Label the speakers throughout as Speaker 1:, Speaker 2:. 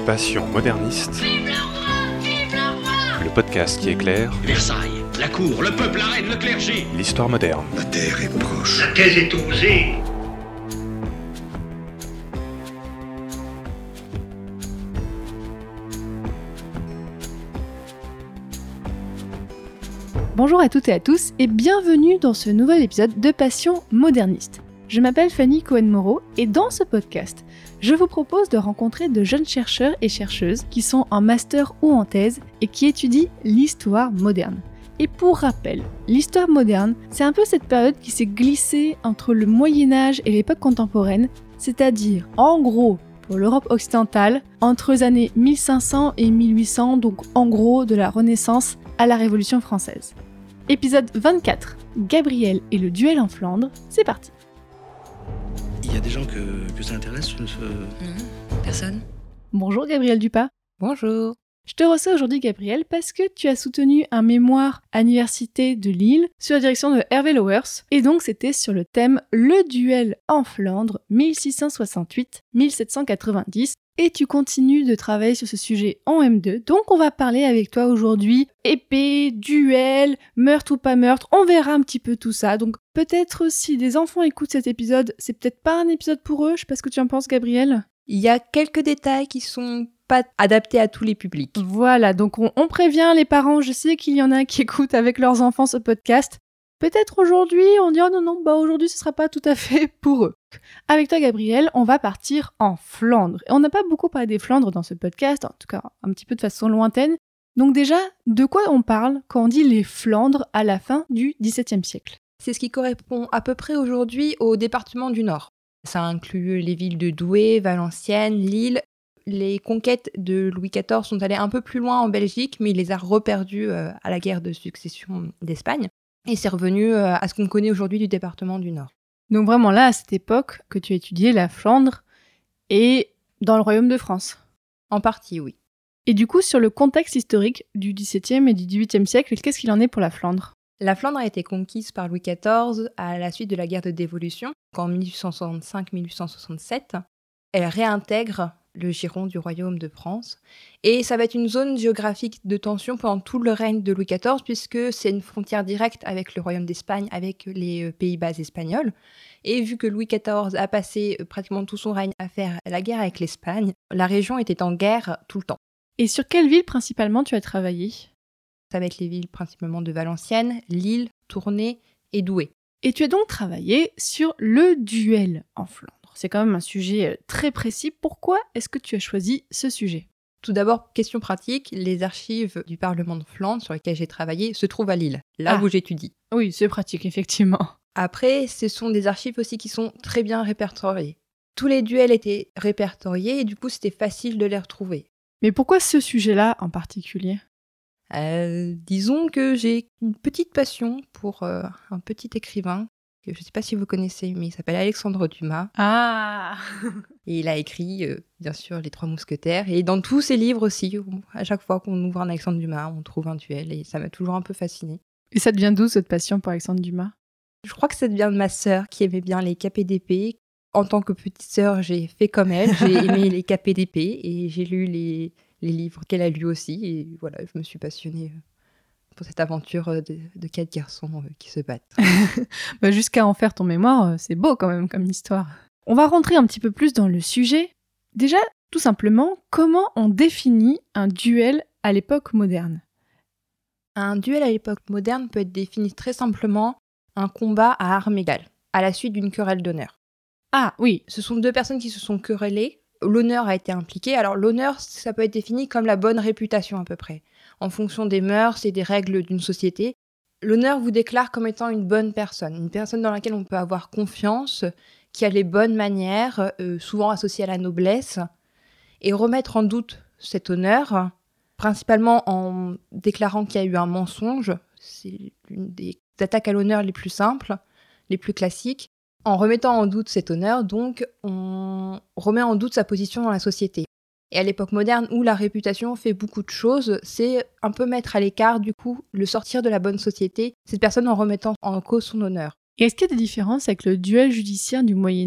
Speaker 1: Passion moderniste,
Speaker 2: Vive le roi! Vive le roi!
Speaker 1: le podcast qui éclaire
Speaker 3: Versailles, la cour, le peuple, la reine, le clergé.
Speaker 1: l'histoire moderne.
Speaker 4: La terre est proche.
Speaker 3: La thèse est osée.
Speaker 5: Bonjour à toutes et à tous et bienvenue dans ce nouvel épisode de Passion moderniste. Je m'appelle Fanny Cohen-Moreau et dans ce podcast, je vous propose de rencontrer de jeunes chercheurs et chercheuses qui sont en master ou en thèse et qui étudient l'histoire moderne. Et pour rappel, l'histoire moderne, c'est un peu cette période qui s'est glissée entre le Moyen-Âge et l'époque contemporaine, c'est-à-dire, en gros, pour l'Europe occidentale, entre les années 1500 et 1800, donc en gros de la Renaissance à la Révolution française. Épisode 24, Gabriel et le duel en Flandre, c'est parti.
Speaker 6: Il y a des gens que ça intéresse
Speaker 7: Non, personne.
Speaker 5: Bonjour Gabriel Dupas.
Speaker 7: Bonjour.
Speaker 5: Je te reçois aujourd'hui Gabriel parce que tu as soutenu un mémoire à l'université de Lille sur la direction de Hervé Lauwers et donc c'était sur le thème Le duel en Flandre 1668-1790 et tu continues de travailler sur ce sujet en M2 donc on va parler avec toi aujourd'hui épée, duel, meurtre ou pas meurtre, on verra un petit peu tout ça donc peut-être si des enfants écoutent cet épisode c'est peut-être pas un épisode pour eux, je sais pas ce que tu en penses Gabriel.
Speaker 7: Il y a quelques détails qui sont pas adaptés à tous les publics.
Speaker 5: Voilà, donc on prévient les parents, je sais qu'il y en a qui écoutent avec leurs enfants ce podcast. Peut-être aujourd'hui, on dit « Oh non, aujourd'hui ce sera pas tout à fait pour eux ». Avec toi Gabriel, on va partir en Flandre. Et on n'a pas beaucoup parlé des Flandres dans ce podcast, en tout cas un petit peu de façon lointaine. Donc déjà, de quoi on parle quand on dit les Flandres à la fin du XVIIe siècle ?
Speaker 7: C'est ce qui correspond à peu près aujourd'hui au département du Nord. Ça inclut les villes de Douai, Valenciennes, Lille. Les conquêtes de Louis XIV sont allées un peu plus loin en Belgique, mais il les a reperdues à la guerre de succession d'Espagne. Et c'est revenu à ce qu'on connaît aujourd'hui du département du Nord.
Speaker 5: Donc vraiment là, à cette époque que tu as étudié, la Flandre est dans le royaume de France.
Speaker 7: En partie, oui.
Speaker 5: Et du coup, sur le contexte historique du XVIIe et du XVIIIe siècle, qu'est-ce qu'il en est pour la Flandre ?
Speaker 7: La Flandre a été conquise par Louis XIV à la suite de la guerre de dévolution, en 1865-1867. Elle réintègre le giron du royaume de France. Et ça va être une zone géographique de tension pendant tout le règne de Louis XIV, puisque c'est une frontière directe avec le royaume d'Espagne, avec les Pays-Bas espagnols. Et vu que Louis XIV a passé pratiquement tout son règne à faire la guerre avec l'Espagne, la région était en guerre tout le temps.
Speaker 5: Et sur quelle ville principalement tu as travaillé ?
Speaker 7: Ça va être les villes principalement de Valenciennes, Lille, Tournai et Douai.
Speaker 5: Et tu as donc travaillé sur le duel en Flandre. C'est quand même un sujet très précis. Pourquoi est-ce que tu as choisi ce sujet ?
Speaker 7: Tout d'abord, question pratique, les archives du Parlement de Flandre sur lesquelles j'ai travaillé se trouvent à Lille, là où j'étudie.
Speaker 5: Oui, c'est pratique, effectivement.
Speaker 7: Après, ce sont des archives aussi qui sont très bien répertoriées. Tous les duels étaient répertoriés et du coup, c'était facile de les retrouver.
Speaker 5: Mais pourquoi ce sujet-là en particulier ?
Speaker 7: Disons que j'ai une petite passion pour un petit écrivain que je ne sais pas si vous connaissez, mais il s'appelle Alexandre Dumas.
Speaker 5: Ah.
Speaker 7: Et il a écrit, bien sûr, Les Trois Mousquetaires. Et dans tous ses livres aussi, à chaque fois qu'on ouvre un Alexandre Dumas, on trouve un duel. Et ça m'a toujours un peu fascinée.
Speaker 5: Et ça devient d'où cette passion pour Alexandre Dumas ?
Speaker 7: Je crois que ça devient de ma sœur qui aimait bien les KPDP. En tant que petite sœur, j'ai fait comme elle. J'ai aimé les KPDP et j'ai lu les livres qu'elle a lus aussi. Et voilà, je me suis passionnée pour cette aventure de 4 garçons qui se battent.
Speaker 5: Jusqu'à en faire ton mémoire, c'est beau quand même comme histoire. On va rentrer un petit peu plus dans le sujet. Déjà, tout simplement, comment on définit un duel à l'époque moderne ?
Speaker 7: Un duel à l'époque moderne peut être défini très simplement un combat à armes égales, à la suite d'une querelle d'honneur.
Speaker 5: Ah oui,
Speaker 7: Ce sont deux personnes qui se sont querellées. L'honneur a été impliqué. Alors l'honneur, ça peut être défini comme la bonne réputation à peu près, en fonction des mœurs et des règles d'une société. L'honneur vous déclare comme étant une bonne personne, une personne dans laquelle on peut avoir confiance, qui a les bonnes manières, souvent associées à la noblesse, et remettre en doute cet honneur, principalement en déclarant qu'il y a eu un mensonge. C'est l'une des attaques à l'honneur les plus simples, les plus classiques. En remettant en doute cet honneur, donc, on remet en doute sa position dans la société. Et à l'époque moderne, où la réputation fait beaucoup de choses, c'est un peu mettre à l'écart, du coup, le sortir de la bonne société, cette personne en remettant en cause son honneur.
Speaker 5: Et est-ce qu'il y a des différences avec le duel judiciaire du Moyen-Âge ?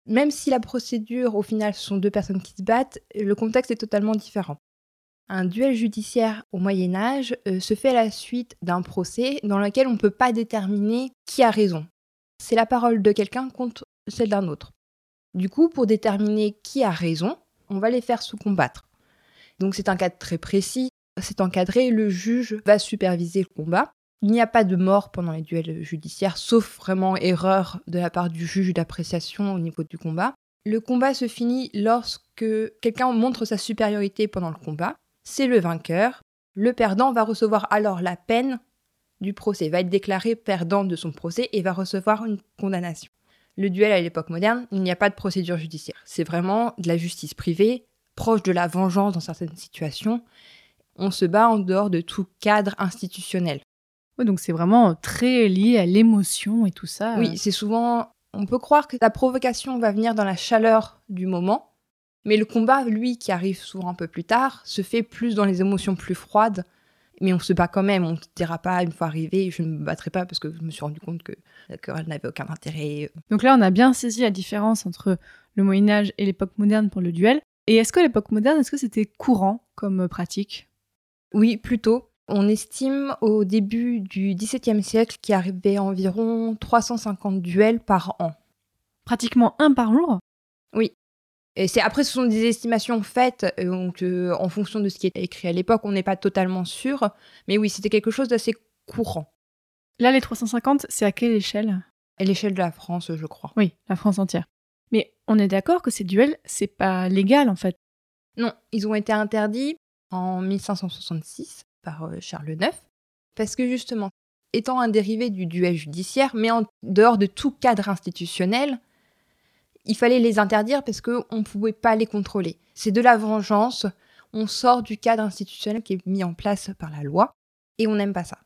Speaker 7: Même si la procédure, au final, ce sont 2 personnes qui se battent, le contexte est totalement différent. Un duel judiciaire au Moyen-Âge se fait à la suite d'un procès dans lequel on ne peut pas déterminer qui a raison. C'est la parole de quelqu'un contre celle d'un autre. Du coup, pour déterminer qui a raison, on va les faire se combattre. Donc c'est un cadre très précis, c'est encadré, le juge va superviser le combat. Il n'y a pas de mort pendant les duels judiciaires, sauf vraiment erreur de la part du juge d'appréciation au niveau du combat. Le combat se finit lorsque quelqu'un montre sa supériorité pendant le combat. C'est le vainqueur. Le perdant va recevoir alors la peine du procès, va être déclaré perdant de son procès et va recevoir une condamnation. Le duel à l'époque moderne, il n'y a pas de procédure judiciaire. C'est vraiment de la justice privée, proche de la vengeance dans certaines situations. On se bat en dehors de tout cadre institutionnel.
Speaker 5: Ouais, donc c'est vraiment très lié à l'émotion et tout ça.
Speaker 7: Oui, c'est souvent... On peut croire que la provocation va venir dans la chaleur du moment, mais le combat, lui, qui arrive souvent un peu plus tard, se fait plus dans les émotions plus froides. Mais on se bat quand même, on ne dira pas une fois arrivé, je ne me battrai pas parce que je me suis rendu compte que la querelle n'avait aucun intérêt.
Speaker 5: Donc là, on a bien saisi la différence entre le Moyen-Âge et l'époque moderne pour le duel. Et est-ce que l'époque moderne, est-ce que c'était courant comme pratique ?
Speaker 7: Oui, plutôt. On estime au début du XVIIe siècle qu'il arrivait environ 350 duels par an.
Speaker 5: Pratiquement un par jour ?
Speaker 7: Oui. Et après, ce sont des estimations faites, donc en fonction de ce qui est écrit à l'époque, on n'est pas totalement sûr. Mais oui, c'était quelque chose d'assez courant.
Speaker 5: Là, les 350, c'est à quelle échelle ?
Speaker 7: À l'échelle de la France, je crois.
Speaker 5: Oui, la France entière. Mais on est d'accord que ces duels, c'est pas légal en fait.
Speaker 7: Non, ils ont été interdits en 1566 par Charles IX, parce que justement, étant un dérivé du duel judiciaire, mais en dehors de tout cadre institutionnel, il fallait les interdire parce qu'on ne pouvait pas les contrôler. C'est de la vengeance, on sort du cadre institutionnel qui est mis en place par la loi, et on n'aime pas ça.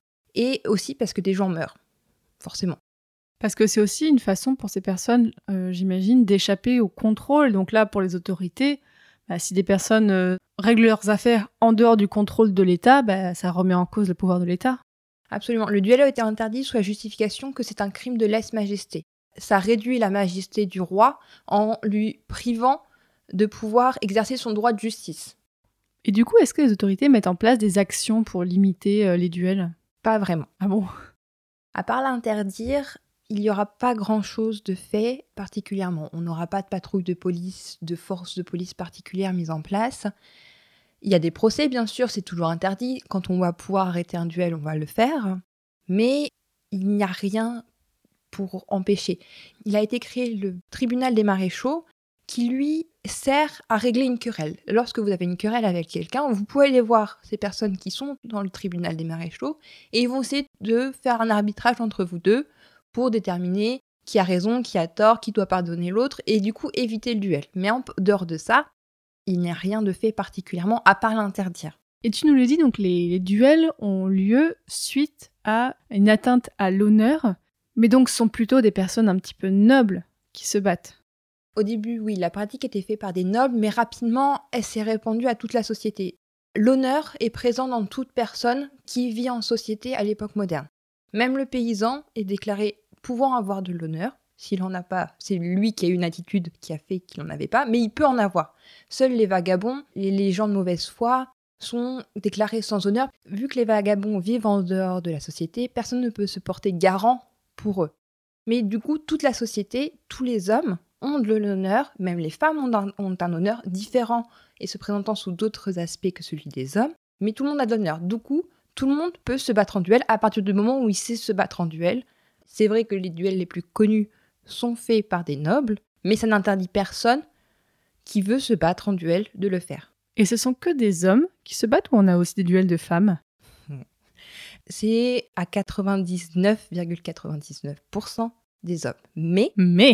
Speaker 7: Et aussi parce que des gens meurent, forcément.
Speaker 5: Parce que c'est aussi une façon pour ces personnes, j'imagine, d'échapper au contrôle. Donc là, pour les autorités, si des personnes règlent leurs affaires en dehors du contrôle de l'État, ça remet en cause le pouvoir de l'État.
Speaker 7: Absolument. Le duel a été interdit sous la justification que c'est un crime de lèse-majesté. Ça réduit la majesté du roi en lui privant de pouvoir exercer son droit de justice.
Speaker 5: Et du coup, est-ce que les autorités mettent en place des actions pour limiter les duels ?
Speaker 7: Pas vraiment.
Speaker 5: Ah bon ?
Speaker 7: À part l'interdire, il n'y aura pas grand-chose de fait particulièrement. On n'aura pas de patrouille de police, de force de police particulière mise en place. Il y a des procès, bien sûr, c'est toujours interdit. Quand on va pouvoir arrêter un duel, on va le faire. Mais il n'y a rien pour empêcher. Il a été créé le tribunal des maréchaux qui, lui, sert à régler une querelle. Lorsque vous avez une querelle avec quelqu'un, vous pouvez aller voir ces personnes qui sont dans le tribunal des maréchaux et ils vont essayer de faire un arbitrage entre vous deux pour déterminer qui a raison, qui a tort, qui doit pardonner l'autre et du coup éviter le duel. Mais en dehors de ça, il n'y a rien de fait particulièrement à part l'interdire.
Speaker 5: Et tu nous le dis, donc les duels ont lieu suite à une atteinte à l'honneur, mais donc ce sont plutôt des personnes un petit peu nobles qui se battent.
Speaker 7: Au début, oui, la pratique était faite par des nobles, mais rapidement, elle s'est répandue à toute la société. L'honneur est présent dans toute personne qui vit en société à l'époque moderne. Même le paysan est déclaré pouvant avoir de l'honneur. S'il n'en a pas, c'est lui qui a une attitude qui a fait qu'il n'en avait pas, mais il peut en avoir. Seuls les vagabonds et les gens de mauvaise foi sont déclarés sans honneur. Vu que les vagabonds vivent en dehors de la société, personne ne peut se porter garant pour eux. Mais du coup, toute la société, tous les hommes ont de l'honneur, même les femmes ont un honneur différent et se présentant sous d'autres aspects que celui des hommes, mais tout le monde a de l'honneur. Du coup, tout le monde peut se battre en duel à partir du moment où il sait se battre en duel. C'est vrai que les duels les plus connus sont faits par des nobles, mais ça n'interdit personne qui veut se battre en duel de le faire.
Speaker 5: Et ce sont que des hommes qui se battent ou on a aussi des duels de femmes ?
Speaker 7: C'est à 99,99% des hommes. Mais,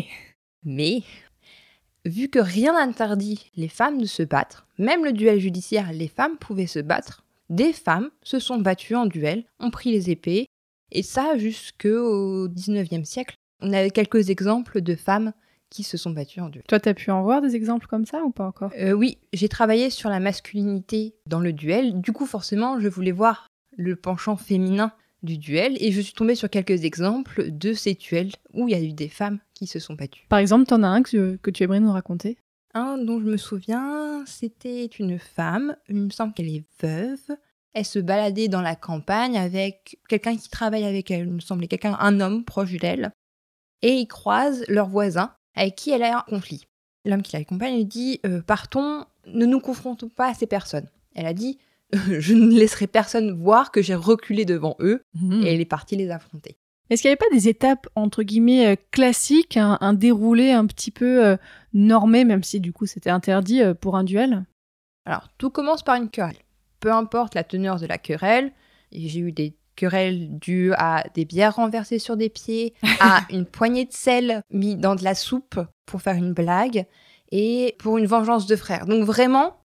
Speaker 7: vu que rien n'interdit les femmes de se battre, même le duel judiciaire, les femmes pouvaient se battre, des femmes se sont battues en duel, ont pris les épées, et ça jusqu'au 19e siècle. On a quelques exemples de femmes qui se sont battues en duel.
Speaker 5: Toi, t'as pu en voir des exemples comme ça ou pas encore ?
Speaker 7: Oui, j'ai travaillé sur la masculinité dans le duel. Du coup, forcément, je voulais voir le penchant féminin du duel et je suis tombée sur quelques exemples de ces duels où il y a eu des femmes qui se sont battues.
Speaker 5: Par exemple, t'en as un que tu aimerais nous raconter?
Speaker 7: Un dont je me souviens, c'était une femme, il me semble qu'elle est veuve. Elle se baladait dans la campagne avec quelqu'un qui travaille avec elle, il me semblait un homme proche d'elle. Et ils croisent leur voisin avec qui elle a un conflit. L'homme qui l'accompagne lui dit « Partons, ne nous confrontons pas à ces personnes ». Elle a dit « Je ne laisserai personne voir que j'ai reculé devant eux ». Et elle est partie les affronter.
Speaker 5: Est-ce qu'il n'y avait pas des étapes, entre guillemets, classiques, un déroulé un petit peu normé, même si du coup c'était interdit pour un duel?
Speaker 7: Alors, tout commence par une querelle. Peu importe la teneur de la querelle, et j'ai eu des querelles dues à des bières renversées sur des pieds, à une poignée de sel mis dans de la soupe pour faire une blague, et pour une vengeance de frères. Donc vraiment,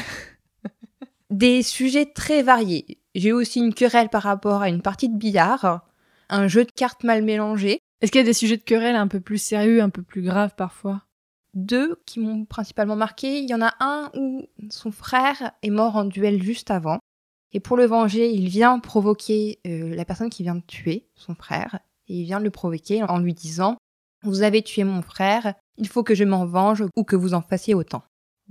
Speaker 7: des sujets très variés. J'ai eu aussi une querelle par rapport à une partie de billard, un jeu de cartes mal mélangé.
Speaker 5: Est-ce qu'il y a des sujets de querelle un peu plus sérieux, un peu plus graves parfois?
Speaker 7: 2 qui m'ont principalement marqué. Il y en a un où son frère est mort en duel juste avant. Et pour le venger, il vient provoquer la personne qui vient de tuer son frère. Et il vient le provoquer en lui disant « Vous avez tué mon frère, il faut que je m'en venge ou que vous en fassiez autant. »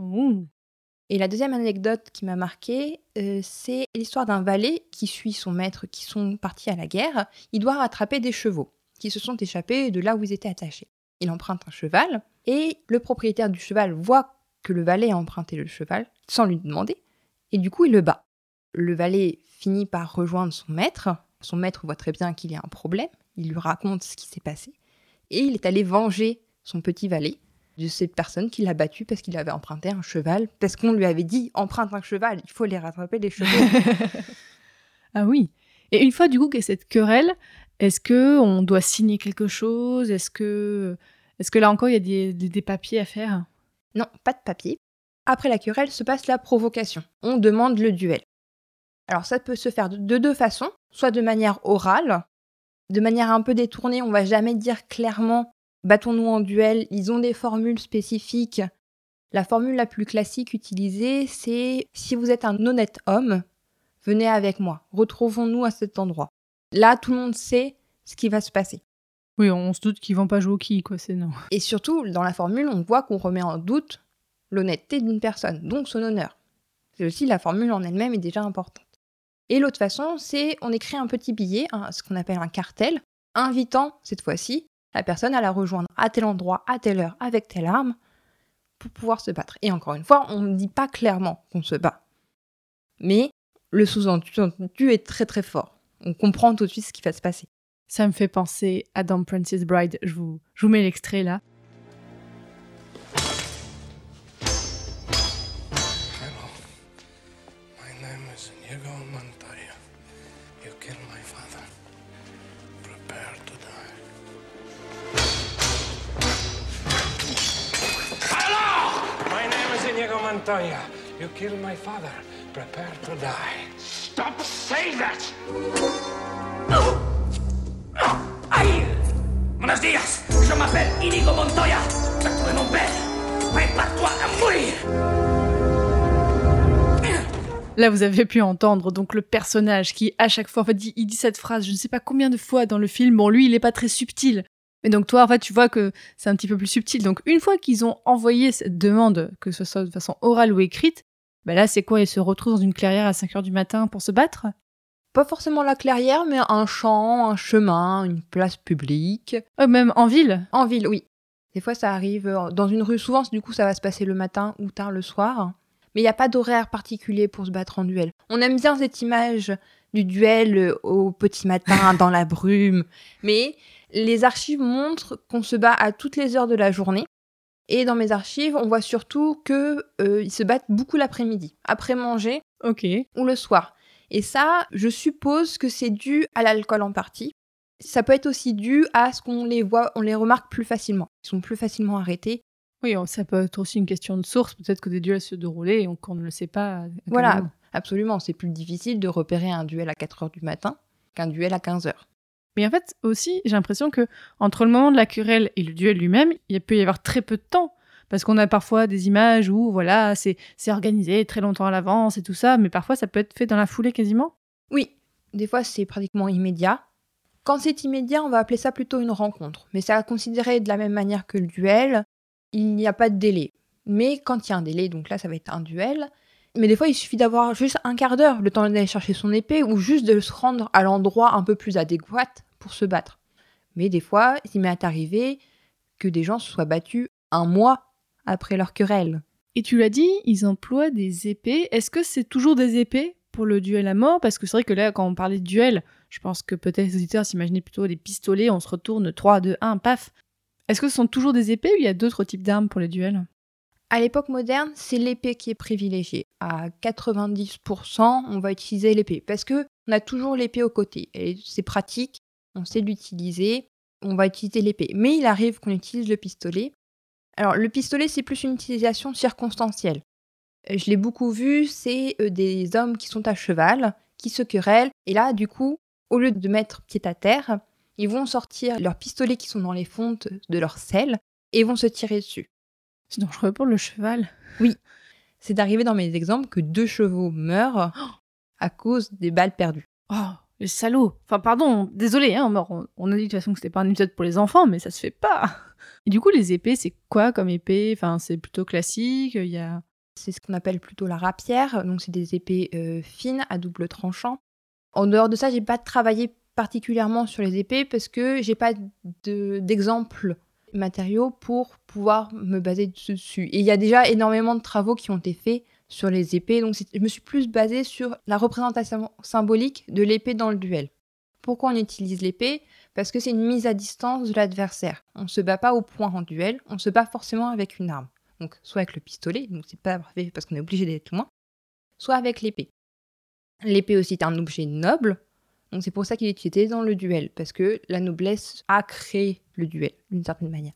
Speaker 7: Et la deuxième anecdote qui m'a marquée, c'est l'histoire d'un valet qui suit son maître qui sont partis à la guerre. Il doit rattraper des chevaux qui se sont échappés de là où ils étaient attachés. Il emprunte un cheval et le propriétaire du cheval voit que le valet a emprunté le cheval sans lui demander et du coup il le bat. Le valet finit par rejoindre son maître. Son maître voit très bien qu'il y a un problème. Il lui raconte ce qui s'est passé et il est allé venger son petit valet de cette personne qui l'a battu parce qu'il avait emprunté un cheval, parce qu'on lui avait dit « emprunte un cheval, il faut les rattraper les chevaux ».
Speaker 5: Ah oui. Et une fois du coup qu'il y a cette querelle, est-ce qu'on doit signer quelque chose? Est-ce que là encore il y a des papiers à faire?
Speaker 7: Non, pas de papier. Après la querelle se passe la provocation. On demande le duel. Alors ça peut se faire de 2 façons, soit de manière orale, de manière un peu détournée, on va jamais dire clairement battons-nous en duel, ils ont des formules spécifiques. La formule la plus classique utilisée, c'est « si vous êtes un honnête homme, venez avec moi, retrouvons-nous à cet endroit ». Là, tout le monde sait ce qui va se passer.
Speaker 5: Oui, on se doute qu'ils vont pas jouer au quilles, quoi, c'est non.
Speaker 7: Et surtout, dans la formule, on voit qu'on remet en doute l'honnêteté d'une personne, donc son honneur. C'est aussi la formule en elle-même est déjà importante. Et l'autre façon, c'est on écrit un petit billet, ce qu'on appelle un cartel, invitant, cette fois-ci, la personne à la rejoindre à tel endroit, à telle heure, avec telle arme, pour pouvoir se battre. Et encore une fois, on ne dit pas clairement qu'on se bat. Mais le sous-entendu est très très fort. On comprend tout de suite ce qui va se passer.
Speaker 5: Ça me fait penser à dans Princess Bride. Je vous mets l'extrait là.
Speaker 4: Hello. My name is Inigo Montoya. You killed my father. Prepare to die. My name is Inigo Montoya. You killed my father. Prepare to die.
Speaker 3: Stop saying that!
Speaker 8: ¡Ay! Buenos días, je m'appelle Inigo Montoya. Tu as trouvé mon père. Prépare-toi à mourir.
Speaker 5: Là, vous avez pu entendre donc le personnage qui, à chaque fois, en fait, il dit cette phrase, je ne sais pas combien de fois dans le film. Bon, lui, il est pas très subtil. Mais donc toi, en fait, tu vois que c'est un petit peu plus subtil. Donc une fois qu'ils ont envoyé cette demande, que ce soit de façon orale ou écrite, bah là, c'est quoi? Ils se retrouvent dans une clairière à 5h du matin pour se battre?
Speaker 7: Pas forcément la clairière, mais un champ, un chemin, une place publique.
Speaker 5: Même en ville?
Speaker 7: En ville, oui. Des fois, ça arrive dans une rue. Souvent, du coup, ça va se passer le matin ou tard le soir. Mais il n'y a pas d'horaire particulier pour se battre en duel. On aime bien cette image du duel au petit matin, dans la brume. Mais les archives montrent qu'on se bat à toutes les heures de la journée. Et dans mes archives, on voit surtout qu'ils se battent beaucoup l'après-midi, après manger ou le soir. Et ça, je suppose que c'est dû à l'alcool en partie. Ça peut être aussi dû à ce qu'on les voit, on les remarque plus facilement. Ils sont plus facilement arrêtés.
Speaker 5: Oui, ça peut être aussi une question de source. Peut-être que des duels se déroulaient et qu'on ne le sait pas.
Speaker 7: Voilà, absolument. C'est plus difficile de repérer un duel à 4h du matin qu'un duel à 15h.
Speaker 5: Mais en fait, aussi, j'ai l'impression que entre le moment de la querelle et le duel lui-même, il peut y avoir très peu de temps. Parce qu'on a parfois des images où, voilà, c'est organisé très longtemps à l'avance et tout ça, mais parfois ça peut être fait dans la foulée quasiment.
Speaker 7: Oui, Des fois, c'est pratiquement immédiat. Quand c'est immédiat, on va appeler ça plutôt une rencontre. Mais ça va considérer de la même manière que le duel. Il n'y a pas de délai. Mais quand il y a un délai, donc là, ça va être un duel. Mais des fois, il suffit d'avoir juste un quart d'heure, le temps d'aller chercher son épée, ou juste de se rendre à l'endroit un peu plus adéquat pour se battre. Mais des fois, il m'est arrivé que des gens se soient battus un mois après leur querelle.
Speaker 5: Et tu l'as dit, ils emploient des épées. Est-ce que c'est toujours des épées pour le duel à mort? Parce que c'est vrai que là, quand on parlait de duel, je pense que peut-être les auditeurs s'imaginaient plutôt des pistolets, on se retourne 3, 2, 1, paf. Est-ce que ce sont toujours des épées ou il y a d'autres types d'armes pour les duels?
Speaker 7: À l'époque moderne, c'est l'épée qui est privilégiée. À 90%, on va utiliser l'épée. Parce qu'on a toujours l'épée au côté. Et c'est pratique, on sait l'utiliser, on va utiliser l'épée. Mais il arrive qu'on utilise le pistolet. Alors, le pistolet, c'est plus une utilisation circonstancielle. Je l'ai beaucoup vu, c'est des hommes qui sont à cheval, qui se querellent. Et là, du coup, au lieu de mettre pied à terre, ils vont sortir leurs pistolets qui sont dans les fontes de leur selle et vont se tirer dessus.
Speaker 5: C'est dangereux pour le cheval.
Speaker 7: Oui. C'est arrivé dans mes exemples que 2 chevaux meurent à cause des balles perdues.
Speaker 5: Oh, les salauds. Enfin, pardon, désolé, hein, on a dit de toute façon que c'était pas un épisode pour les enfants, mais ça se fait pas. Et du coup, les épées, c'est quoi comme épée? Enfin, c'est plutôt classique, il y a...
Speaker 7: C'est ce qu'on appelle plutôt la rapière, donc c'est des épées fines à double tranchant. En dehors de ça, j'ai pas travaillé particulièrement sur les épées parce que j'ai pas d'exemples matériaux pour pouvoir me baser dessus. Et il y a déjà énormément de travaux qui ont été faits sur les épées, donc je me suis plus basée sur la représentation symbolique de l'épée dans le duel. Pourquoi on utilise l'épée? Parce que c'est une mise à distance de l'adversaire. On ne se bat pas au point en duel, on se bat forcément avec une arme. Donc soit avec le pistolet, donc c'est pas parfait parce qu'on est obligé d'être loin, soit avec l'épée. L'épée aussi est un objet noble, donc c'est pour ça qu'il est utilisé dans le duel, parce que la noblesse a créé le duel, d'une certaine manière.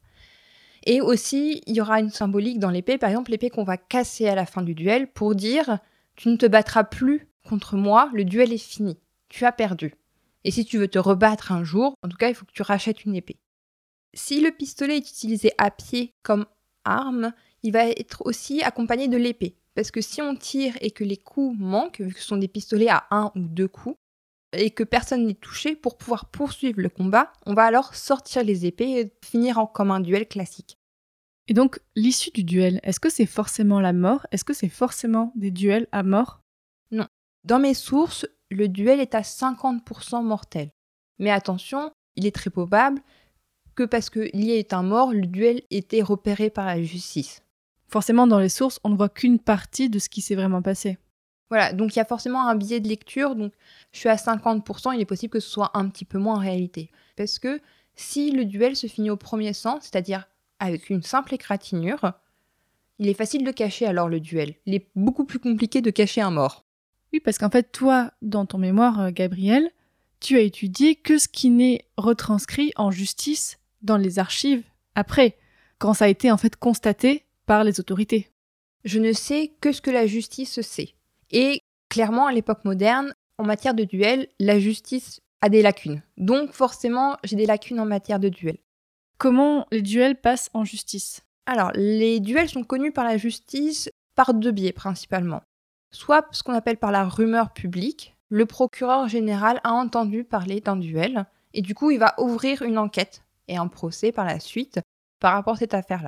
Speaker 7: Et aussi, il y aura une symbolique dans l'épée, par exemple l'épée qu'on va casser à la fin du duel pour dire « Tu ne te battras plus contre moi, le duel est fini, tu as perdu. Et si tu veux te rebattre un jour, en tout cas, il faut que tu rachètes une épée. » Si le pistolet est utilisé à pied comme arme, il va être aussi accompagné de l'épée. Parce que si on tire et que les coups manquent, vu que ce sont des pistolets à 1 ou 2 coups, et que personne n'est touché, pour pouvoir poursuivre le combat, on va alors sortir les épées et finir comme un duel classique.
Speaker 5: Et donc, l'issue du duel, est-ce que c'est forcément la mort? Est-ce que c'est forcément des duels à mort?
Speaker 7: Non. Dans mes sources, le duel est à 50% mortel. Mais attention, il est très probable que parce qu'il y ait un mort, le duel était repéré par la justice.
Speaker 5: Forcément, dans les sources, on ne voit qu'une partie de ce qui s'est vraiment passé.
Speaker 7: Voilà, donc il y a forcément un biais de lecture, donc je suis à 50%, il est possible que ce soit un petit peu moins en réalité. Parce que si le duel se finit au premier sang, c'est-à-dire avec une simple égratignure, il est facile de cacher alors le duel. Il est beaucoup plus compliqué de cacher un mort.
Speaker 5: Oui, parce qu'en fait, toi, dans ton mémoire, Gabriel, tu as étudié que ce qui n'est retranscrit en justice dans les archives après, quand ça a été en fait constaté par les autorités.
Speaker 7: Je ne sais que ce que la justice sait. Et clairement, à l'époque moderne, en matière de duel, la justice a des lacunes. Donc forcément, j'ai des lacunes en matière de duel.
Speaker 5: Comment les duels passent en justice?
Speaker 7: Alors, les duels sont connus par la justice par 2 biais principalement. Soit ce qu'on appelle par la rumeur publique, le procureur général a entendu parler d'un duel, et du coup il va ouvrir une enquête et un procès par la suite par rapport à cette affaire-là.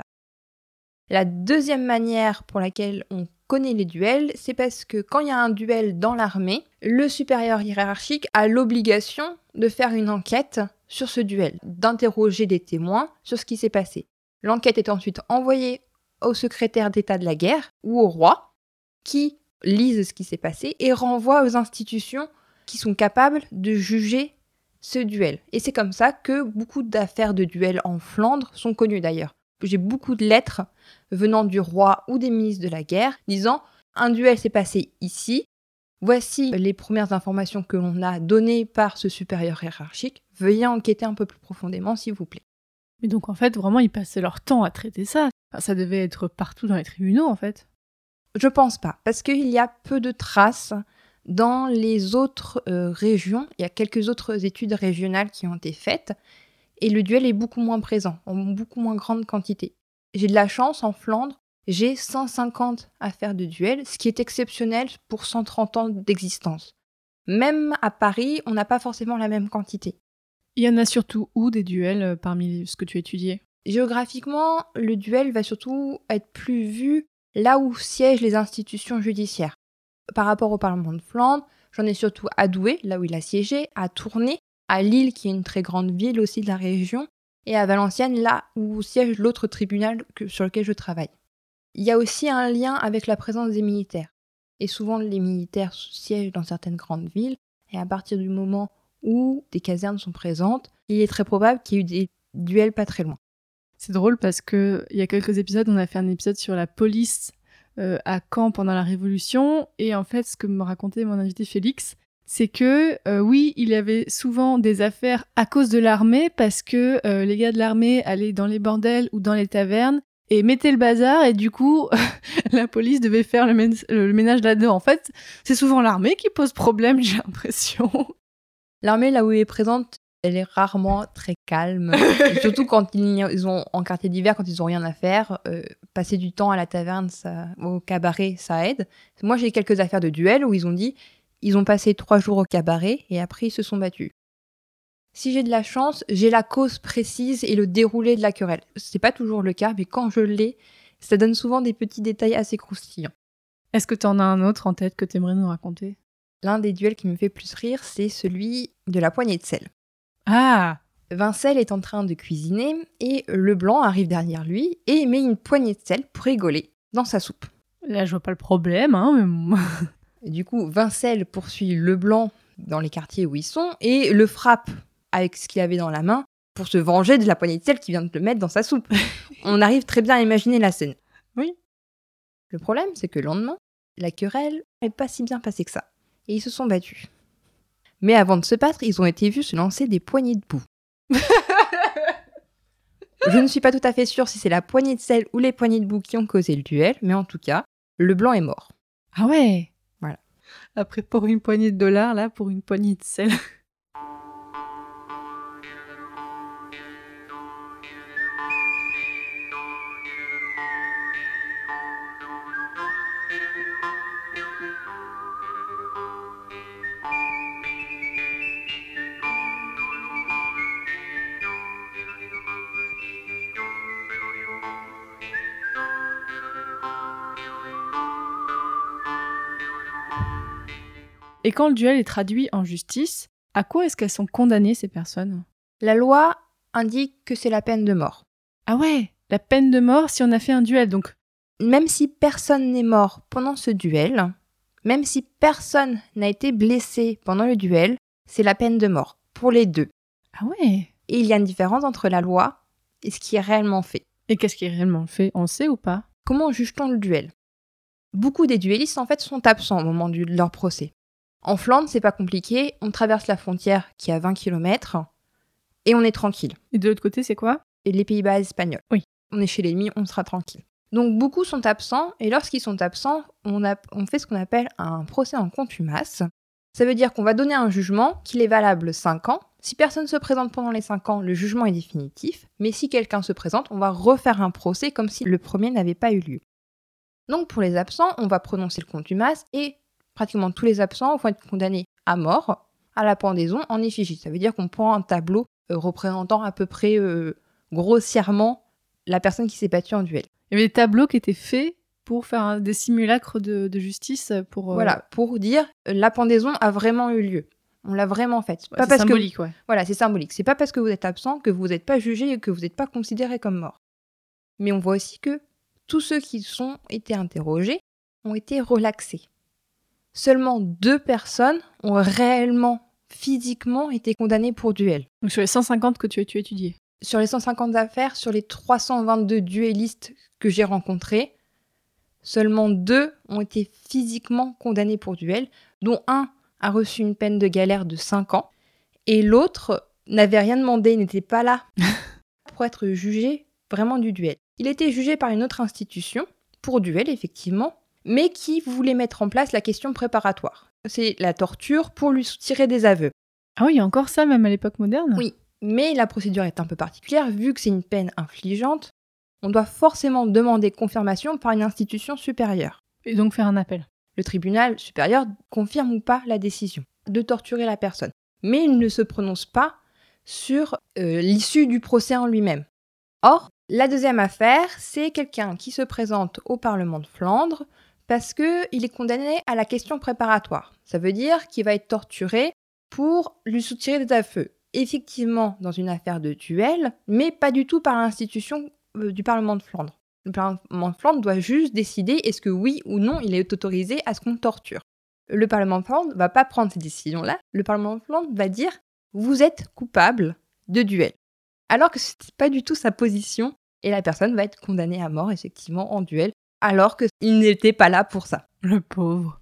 Speaker 7: La deuxième manière pour laquelle on connaît les duels, c'est parce que quand il y a un duel dans l'armée, le supérieur hiérarchique a l'obligation de faire une enquête sur ce duel, d'interroger des témoins sur ce qui s'est passé. L'enquête est ensuite envoyée au secrétaire d'État de la guerre ou au roi, qui lise ce qui s'est passé et renvoie aux institutions qui sont capables de juger ce duel. Et c'est comme ça que beaucoup d'affaires de duel en Flandre sont connues d'ailleurs. J'ai beaucoup de lettres venant du roi ou des ministres de la guerre disant « Un duel s'est passé ici, voici les premières informations que l'on a données par ce supérieur hiérarchique, veuillez enquêter un peu plus profondément s'il vous plaît. »
Speaker 5: Mais donc en fait, vraiment, ils passaient leur temps à traiter ça. Enfin, ça devait être partout dans les tribunaux en fait.
Speaker 7: Je pense pas, parce qu'il y a peu de traces dans les autres régions. Il y a quelques autres études régionales qui ont été faites, et le duel est beaucoup moins présent, en beaucoup moins grande quantité. J'ai de la chance, en Flandre, j'ai 150 affaires de duel, ce qui est exceptionnel pour 130 ans d'existence. Même à Paris, on n'a pas forcément la même quantité.
Speaker 5: Il y en a surtout où des duels parmi ce que tu as étudié?
Speaker 7: Géographiquement, le duel va surtout être plus vu là où siègent les institutions judiciaires. Par rapport au Parlement de Flandre, j'en ai surtout à Douai, là où il a siégé, à Tournai, à Lille, qui est une très grande ville aussi de la région, et à Valenciennes, là où siège l'autre tribunal sur lequel je travaille. Il y a aussi un lien avec la présence des militaires. Et souvent, les militaires siègent dans certaines grandes villes, et à partir du moment où des casernes sont présentes, il est très probable qu'il y ait eu des duels pas très loin.
Speaker 5: C'est drôle parce que il y a quelques épisodes, on a fait un épisode sur la police à Caen pendant la Révolution, et en fait, ce que me racontait mon invité Félix, c'est que oui, il y avait souvent des affaires à cause de l'armée, parce que les gars de l'armée allaient dans les bordels ou dans les tavernes et mettaient le bazar, et du coup, la police devait faire le ménage là-dedans. En fait, c'est souvent l'armée qui pose problème, j'ai l'impression.
Speaker 7: L'armée, là où elle est présente, elle est rarement très calme. Surtout quand ils ont en quartier d'hiver, quand ils n'ont rien à faire. Passer du temps à la taverne, au cabaret, ça aide. Moi, j'ai quelques affaires de duel où ils ont dit ils ont passé 3 jours au cabaret et après ils se sont battus. Si j'ai de la chance, j'ai la cause précise et le déroulé de la querelle. C'est pas toujours le cas, mais quand je l'ai, ça donne souvent des petits détails assez croustillants.
Speaker 5: Est-ce que tu en as un autre en tête que tu aimerais nous raconter?
Speaker 7: L'un des duels qui me fait plus rire, c'est celui de la poignée de sel.
Speaker 5: Ah!
Speaker 7: Vincel est en train de cuisiner et Leblanc arrive derrière lui et met une poignée de sel pour rigoler dans sa soupe.
Speaker 5: Là, je vois pas le problème, hein, mais...
Speaker 7: Du coup, Vincel poursuit Leblanc dans les quartiers où ils sont et le frappe avec ce qu'il avait dans la main pour se venger de la poignée de sel qu'il vient de le mettre dans sa soupe. On arrive très bien à imaginer la scène.
Speaker 5: Oui.
Speaker 7: Le problème, c'est que le lendemain, la querelle n'est pas si bien passée que ça. Et ils se sont battus. Mais avant de se battre, ils ont été vus se lancer des poignées de boue. Je ne suis pas tout à fait sûre si c'est la poignée de sel ou les poignées de boue qui ont causé le duel, mais en tout cas, Leblanc est mort.
Speaker 5: Ah ouais!
Speaker 7: Voilà.
Speaker 5: Après, pour une poignée de dollars, là, pour une poignée de sel. Et quand le duel est traduit en justice, à quoi est-ce qu'elles sont condamnées, ces personnes?
Speaker 7: La loi indique que c'est la peine de mort.
Speaker 5: Ah ouais, la peine de mort si on a fait un duel, donc...
Speaker 7: Même si personne n'est mort pendant ce duel, même si personne n'a été blessé pendant le duel, c'est la peine de mort, pour les deux.
Speaker 5: Ah ouais.
Speaker 7: Et il y a une différence entre la loi et ce qui est réellement fait.
Speaker 5: Et qu'est-ce qui est réellement fait? On le sait ou pas?
Speaker 7: Comment juge-t-on le duel? Beaucoup des duellistes, en fait, sont absents au moment de leur procès. En Flandre, c'est pas compliqué, on traverse la frontière qui est à 20 km et on est tranquille.
Speaker 5: Et de l'autre côté, c'est quoi?
Speaker 7: Et les Pays-Bas espagnols.
Speaker 5: Oui.
Speaker 7: On est chez l'ennemi, on sera tranquille. Donc beaucoup sont absents, et lorsqu'ils sont absents, on fait ce qu'on appelle un procès en contumace. Ça veut dire qu'on va donner un jugement qu'il est valable 5 ans. Si personne se présente pendant les 5 ans, le jugement est définitif. Mais si quelqu'un se présente, on va refaire un procès comme si le premier n'avait pas eu lieu. Donc pour les absents, on va prononcer le contumace et pratiquement tous les absents vont être condamnés à mort, à la pendaison, en effigie. Ça veut dire qu'on prend un tableau représentant à peu près grossièrement la personne qui s'est battue en duel.
Speaker 5: Il y avait des tableaux qui étaient faits pour faire des simulacres de justice pour...
Speaker 7: Voilà, pour dire la pendaison a vraiment eu lieu. On l'a vraiment faite.
Speaker 5: Ouais, c'est symbolique, ouais.
Speaker 7: Voilà, c'est symbolique. C'est pas parce que vous êtes absent que vous n'êtes pas jugé et que vous n'êtes pas considéré comme mort. Mais on voit aussi que tous ceux qui ont été interrogés ont été relaxés. Seulement 2 personnes ont réellement, physiquement, été condamnées pour duel.
Speaker 5: Donc sur les 150 que tu as étudiés.
Speaker 7: Sur les 150 affaires, sur les 322 duellistes que j'ai rencontrés, seulement 2 ont été physiquement condamnés pour duel, dont un a reçu une peine de galère de 5 ans, et l'autre n'avait rien demandé, n'était pas là pour être jugé vraiment du duel. Il était jugé par une autre institution, pour duel effectivement, mais qui voulait mettre en place la question préparatoire. C'est la torture pour lui soutirer des aveux.
Speaker 5: Ah oui, il y a encore ça même à l'époque moderne?
Speaker 7: Oui, mais la procédure est un peu particulière, vu que c'est une peine infligeante, on doit forcément demander confirmation par une institution supérieure.
Speaker 5: Et donc faire un appel.
Speaker 7: Le tribunal supérieur confirme ou pas la décision. de torturer la personne. Mais il ne se prononce pas sur l'issue du procès en lui-même. Or, la deuxième affaire, c'est quelqu'un qui se présente au Parlement de Flandre parce qu'il est condamné à la question préparatoire. Ça veut dire qu'il va être torturé pour lui soutirer des aveux. Effectivement, dans une affaire de duel, mais pas du tout par l'institution du Parlement de Flandre. Le Parlement de Flandre doit juste décider est-ce que oui ou non il est autorisé à ce qu'on torture. Le Parlement de Flandre ne va pas prendre ces décisions-là. Le Parlement de Flandre va dire vous êtes coupable de duel. Alors que ce n'est pas du tout sa position et la personne va être condamnée à mort effectivement en duel alors qu'il n'était pas là pour ça.
Speaker 5: Le pauvre.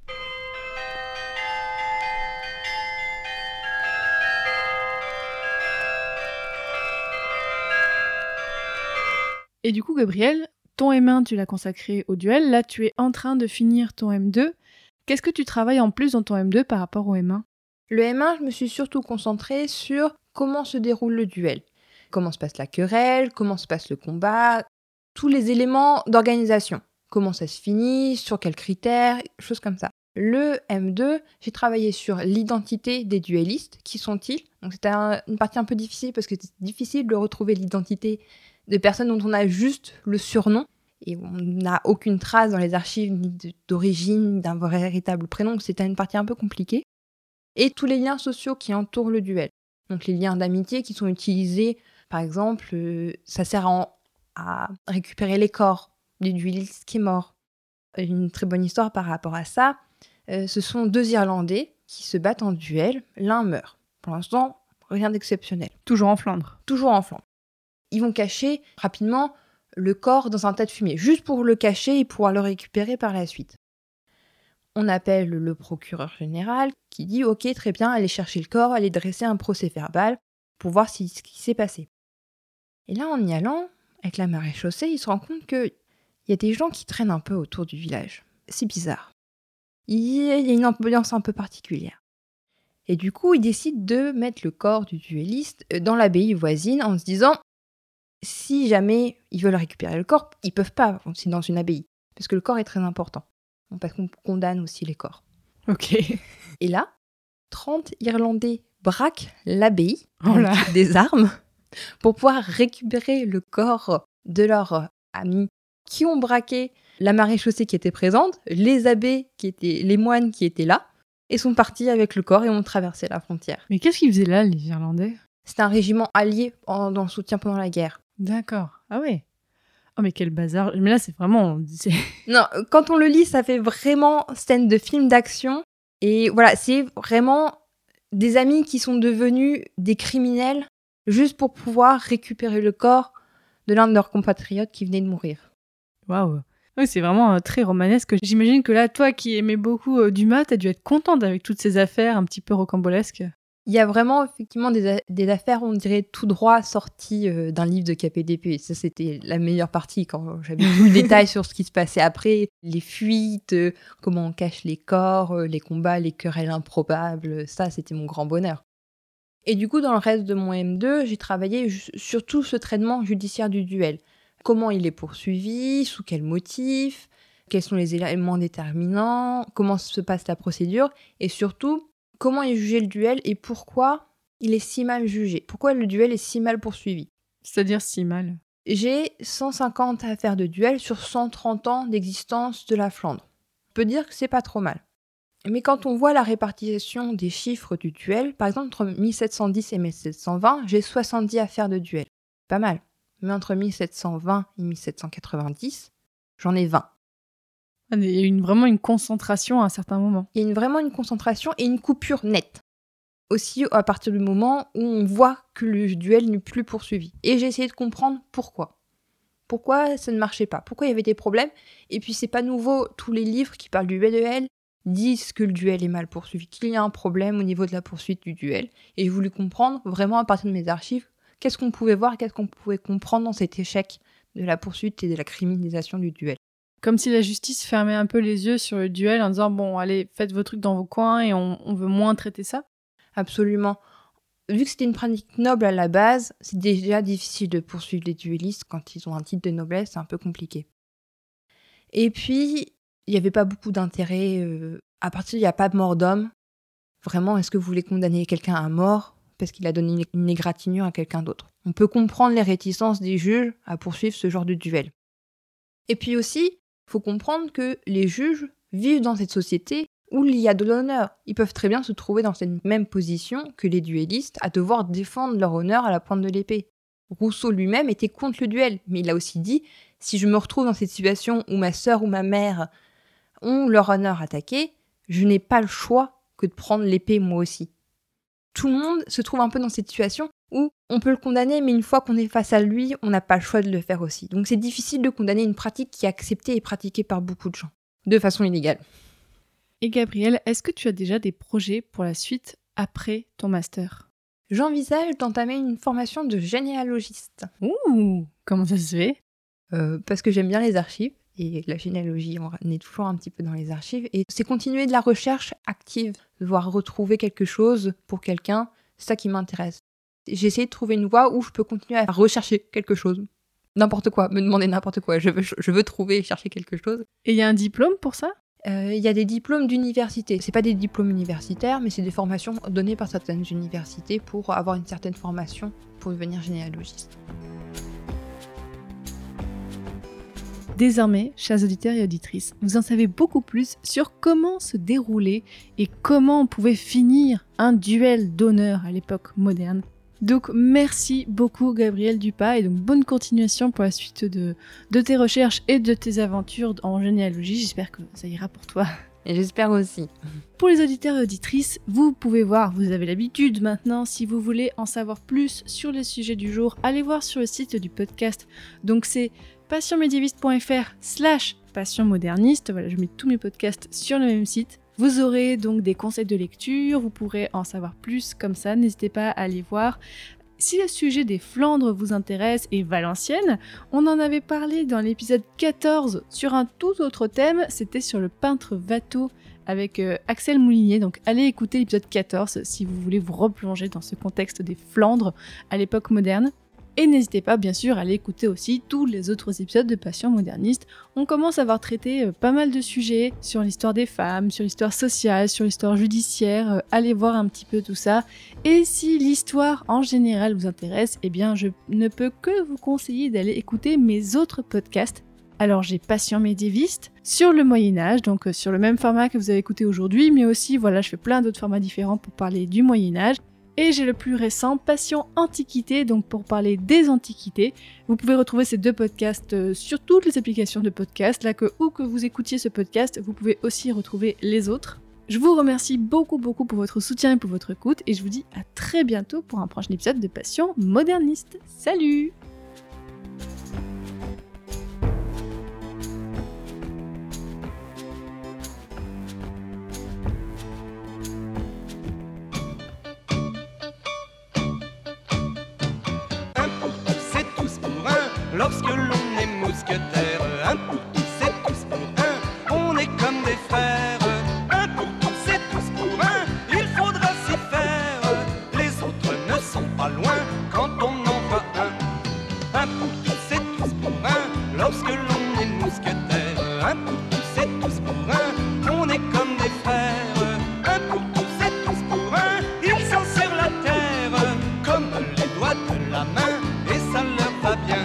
Speaker 5: Et du coup, Gabriel, ton M1, tu l'as consacré au duel. Là, tu es en train de finir ton M2. Qu'est-ce que tu travailles en plus dans ton M2 par rapport au M1 ?
Speaker 7: Le M1, je me suis surtout concentrée sur comment se déroule le duel. Comment se passe la querelle, comment se passe le combat, tous les éléments d'organisation. Comment ça se finit, sur quels critères, choses comme ça. Le M2, j'ai travaillé sur l'identité des duellistes. Qui sont-ils ? Donc c'était une partie un peu difficile parce que c'est difficile de retrouver l'identité de personnes dont on a juste le surnom. Et on n'a aucune trace dans les archives ni d'origine d'un véritable prénom. Donc c'était une partie un peu compliquée. Et tous les liens sociaux qui entourent le duel. Donc les liens d'amitié qui sont utilisés, par exemple, ça sert à récupérer les corps du duelliste qui est mort. Une très bonne histoire par rapport à ça, ce sont 2 Irlandais qui se battent en duel, l'un meurt. Pour l'instant, rien d'exceptionnel.
Speaker 5: Toujours en Flandre.
Speaker 7: Toujours en Flandre. Ils vont cacher rapidement le corps dans un tas de fumier, juste pour le cacher et pouvoir le récupérer par la suite. On appelle le procureur général qui dit « Ok, très bien, allez chercher le corps, allez dresser un procès-verbal pour voir ce qui s'est passé. » Et là, en y allant, avec la maréchaussée, il se rend compte qu'il y a des gens qui traînent un peu autour du village. C'est bizarre. Il y a une ambiance un peu particulière. Et du coup, il décide de mettre le corps du duelliste dans l'abbaye voisine en se disant « Si jamais ils veulent récupérer le corps, ils peuvent pas, c'est dans une abbaye. Parce que le corps est très important. Parce qu'on condamne aussi les corps. »
Speaker 5: Ok.
Speaker 7: Et là, 30 Irlandais braquent l'abbaye
Speaker 5: Oh là.
Speaker 7: avec des armes pour pouvoir récupérer le corps de leurs amis qui ont braqué la maréchaussée qui était présente, les abbés les moines qui étaient là, et sont partis avec le corps et ont traversé la frontière.
Speaker 5: Mais qu'est-ce qu'ils faisaient là, les Irlandais ?
Speaker 7: C'était un régiment allié dans le soutien pendant la guerre.
Speaker 5: D'accord. Ah ouais. Oh mais quel bazar. Mais là, c'est vraiment...
Speaker 7: Non, quand on le lit, ça fait vraiment scène de film d'action. Et voilà, c'est vraiment des amis qui sont devenus des criminels juste pour pouvoir récupérer le corps de l'un de leurs compatriotes qui venait de mourir.
Speaker 5: Waouh. Oui, c'est vraiment très romanesque. J'imagine que là, toi qui aimais beaucoup Dumas, t'as dû être contente avec toutes ces affaires un petit peu rocambolesques.
Speaker 7: Il y a vraiment effectivement des affaires, on dirait, tout droit sorties d'un livre de KPDP. Et ça, c'était la meilleure partie quand j'avais tout le détail sur ce qui se passait après. Les fuites, comment on cache les corps, les combats, les querelles improbables. Ça, c'était mon grand bonheur. Et du coup, dans le reste de mon M2, j'ai travaillé sur tout ce traitement judiciaire du duel. Comment il est poursuivi, sous quel motif, quels sont les éléments déterminants, comment se passe la procédure, et surtout, comment est jugé le duel et pourquoi il est si mal jugé. Pourquoi le duel est si mal poursuivi.
Speaker 5: C'est-à-dire si mal.
Speaker 7: J'ai 150 affaires de duel sur 130 ans d'existence de la Flandre. On peut dire que c'est pas trop mal. Mais quand on voit la répartition des chiffres du duel, par exemple entre 1710 et 1720, j'ai 70 affaires de duel. Pas mal. Mais entre 1720 et 1790, j'en ai 20.
Speaker 5: Il y a eu vraiment une concentration à un certain moment.
Speaker 7: Il y a vraiment une concentration et une coupure nette. Aussi à partir du moment où on voit que le duel n'est plus poursuivi. Et j'ai essayé de comprendre pourquoi. Pourquoi ça ne marchait pas. Pourquoi il y avait des problèmes. Et puis c'est pas nouveau, tous les livres qui parlent du duel disent que le duel est mal poursuivi, qu'il y a un problème au niveau de la poursuite du duel. Et j'ai voulu comprendre vraiment à partir de mes archives qu'est-ce qu'on pouvait voir, qu'est-ce qu'on pouvait comprendre dans cet échec de la poursuite et de la criminalisation du duel.
Speaker 5: Comme si la justice fermait un peu les yeux sur le duel en disant « Bon, allez, faites vos trucs dans vos coins et on veut moins traiter ça ».
Speaker 7: Absolument. Vu que c'était une pratique noble à la base, c'est déjà difficile de poursuivre les duellistes quand ils ont un titre de noblesse, c'est un peu compliqué. Et puis, il n'y avait pas beaucoup d'intérêt. À partir il n'y a pas de mort d'homme. Vraiment, est-ce que vous voulez condamner quelqu'un à mort parce qu'il a donné une égratignure à quelqu'un d'autre? On peut comprendre les réticences des juges à poursuivre ce genre de duel. Et puis aussi, il faut comprendre que les juges vivent dans cette société où il y a de l'honneur. Ils peuvent très bien se trouver dans cette même position que les duellistes, à devoir défendre leur honneur à la pointe de l'épée. Rousseau lui-même était contre le duel, mais il a aussi dit « Si je me retrouve dans cette situation où ma sœur ou ma mère ont leur honneur attaqué, je n'ai pas le choix que de prendre l'épée moi aussi. » Tout le monde se trouve un peu dans cette situation où on peut le condamner, mais une fois qu'on est face à lui, on n'a pas le choix de le faire aussi. Donc c'est difficile de condamner une pratique qui est acceptée et pratiquée par beaucoup de gens, de façon illégale.
Speaker 5: Et Gabrielle, est-ce que tu as déjà des projets pour la suite après ton master?
Speaker 7: J'envisage d'entamer une formation de généalogiste.
Speaker 5: Ouh, comment ça se fait?
Speaker 7: Parce que j'aime bien les archives, et la généalogie, on est toujours un petit peu dans les archives, et c'est continuer de la recherche active, devoir retrouver quelque chose pour quelqu'un, c'est ça qui m'intéresse. J'ai essayé de trouver une voie où je peux continuer à rechercher quelque chose. N'importe quoi, me demander n'importe quoi, je veux trouver et chercher quelque chose.
Speaker 5: Et il y a un diplôme pour ça?
Speaker 7: Il y a des diplômes d'université. C'est pas des diplômes universitaires, mais c'est des formations données par certaines universités pour avoir une certaine formation pour devenir généalogiste.
Speaker 5: Désormais, chers auditeurs et auditrices, vous en savez beaucoup plus sur comment se déroulait et comment on pouvait finir un duel d'honneur à l'époque moderne. Donc merci beaucoup Gabrielle Dupas et donc bonne continuation pour la suite de tes recherches et de tes aventures en généalogie. J'espère que ça ira pour toi.
Speaker 7: Et j'espère aussi.
Speaker 5: Pour les auditeurs et auditrices, vous pouvez voir, vous avez l'habitude maintenant, si vous voulez en savoir plus sur les sujets du jour, allez voir sur le site du podcast. Donc c'est passionmédiéviste.fr/passionmoderniste. Voilà, je mets tous mes podcasts sur le même site. Vous aurez donc des conseils de lecture, vous pourrez en savoir plus comme ça, n'hésitez pas à aller voir. Si le sujet des Flandres vous intéresse et Valenciennes, on en avait parlé dans l'épisode 14 sur un tout autre thème, c'était sur le peintre Watteau avec Axel Moulinier, donc allez écouter l'épisode 14 si vous voulez vous replonger dans ce contexte des Flandres à l'époque moderne. Et n'hésitez pas, bien sûr, à aller écouter aussi tous les autres épisodes de Passion Moderniste. On commence à avoir traité pas mal de sujets sur l'histoire des femmes, sur l'histoire sociale, sur l'histoire judiciaire. Allez voir un petit peu tout ça. Et si l'histoire en général vous intéresse, eh bien, je ne peux que vous conseiller d'aller écouter mes autres podcasts. Alors j'ai Passion médiéviste sur le Moyen-Âge, donc sur le même format que vous avez écouté aujourd'hui, mais aussi, voilà, je fais plein d'autres formats différents pour parler du Moyen-Âge. Et j'ai le plus récent, Passion Antiquité, donc pour parler des Antiquités. Vous pouvez retrouver ces deux podcasts sur toutes les applications de podcast, là où que vous écoutiez ce podcast, vous pouvez aussi retrouver les autres. Je vous remercie beaucoup pour votre soutien et pour votre écoute, et je vous dis à très bientôt pour un prochain épisode de Passion Moderniste. Salut!
Speaker 9: Lorsque l'on est mousquetaire, un pour tous, c'est tous pour un, on est comme des frères. Un pour tous, c'est tous pour un, il faudra s'y faire. Les autres ne sont pas loin quand on en voit un. Un pour tous, c'est tous pour un, lorsque l'on est mousquetaire. Un pour tous, c'est tous pour un, on est comme des frères. Un pour tous, c'est tous pour un, ils sont sur la terre, comme les doigts de la main, et ça leur va bien.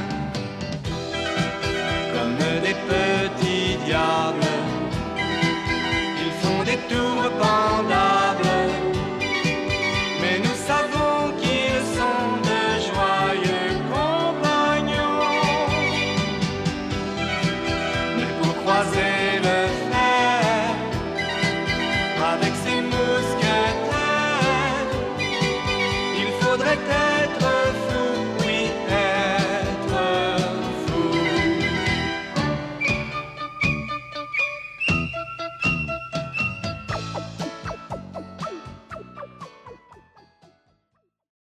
Speaker 9: Des petits diables, ils font des tours pendables, mais nous savons qu'ils sont de joyeux compagnons. Mais pour croiser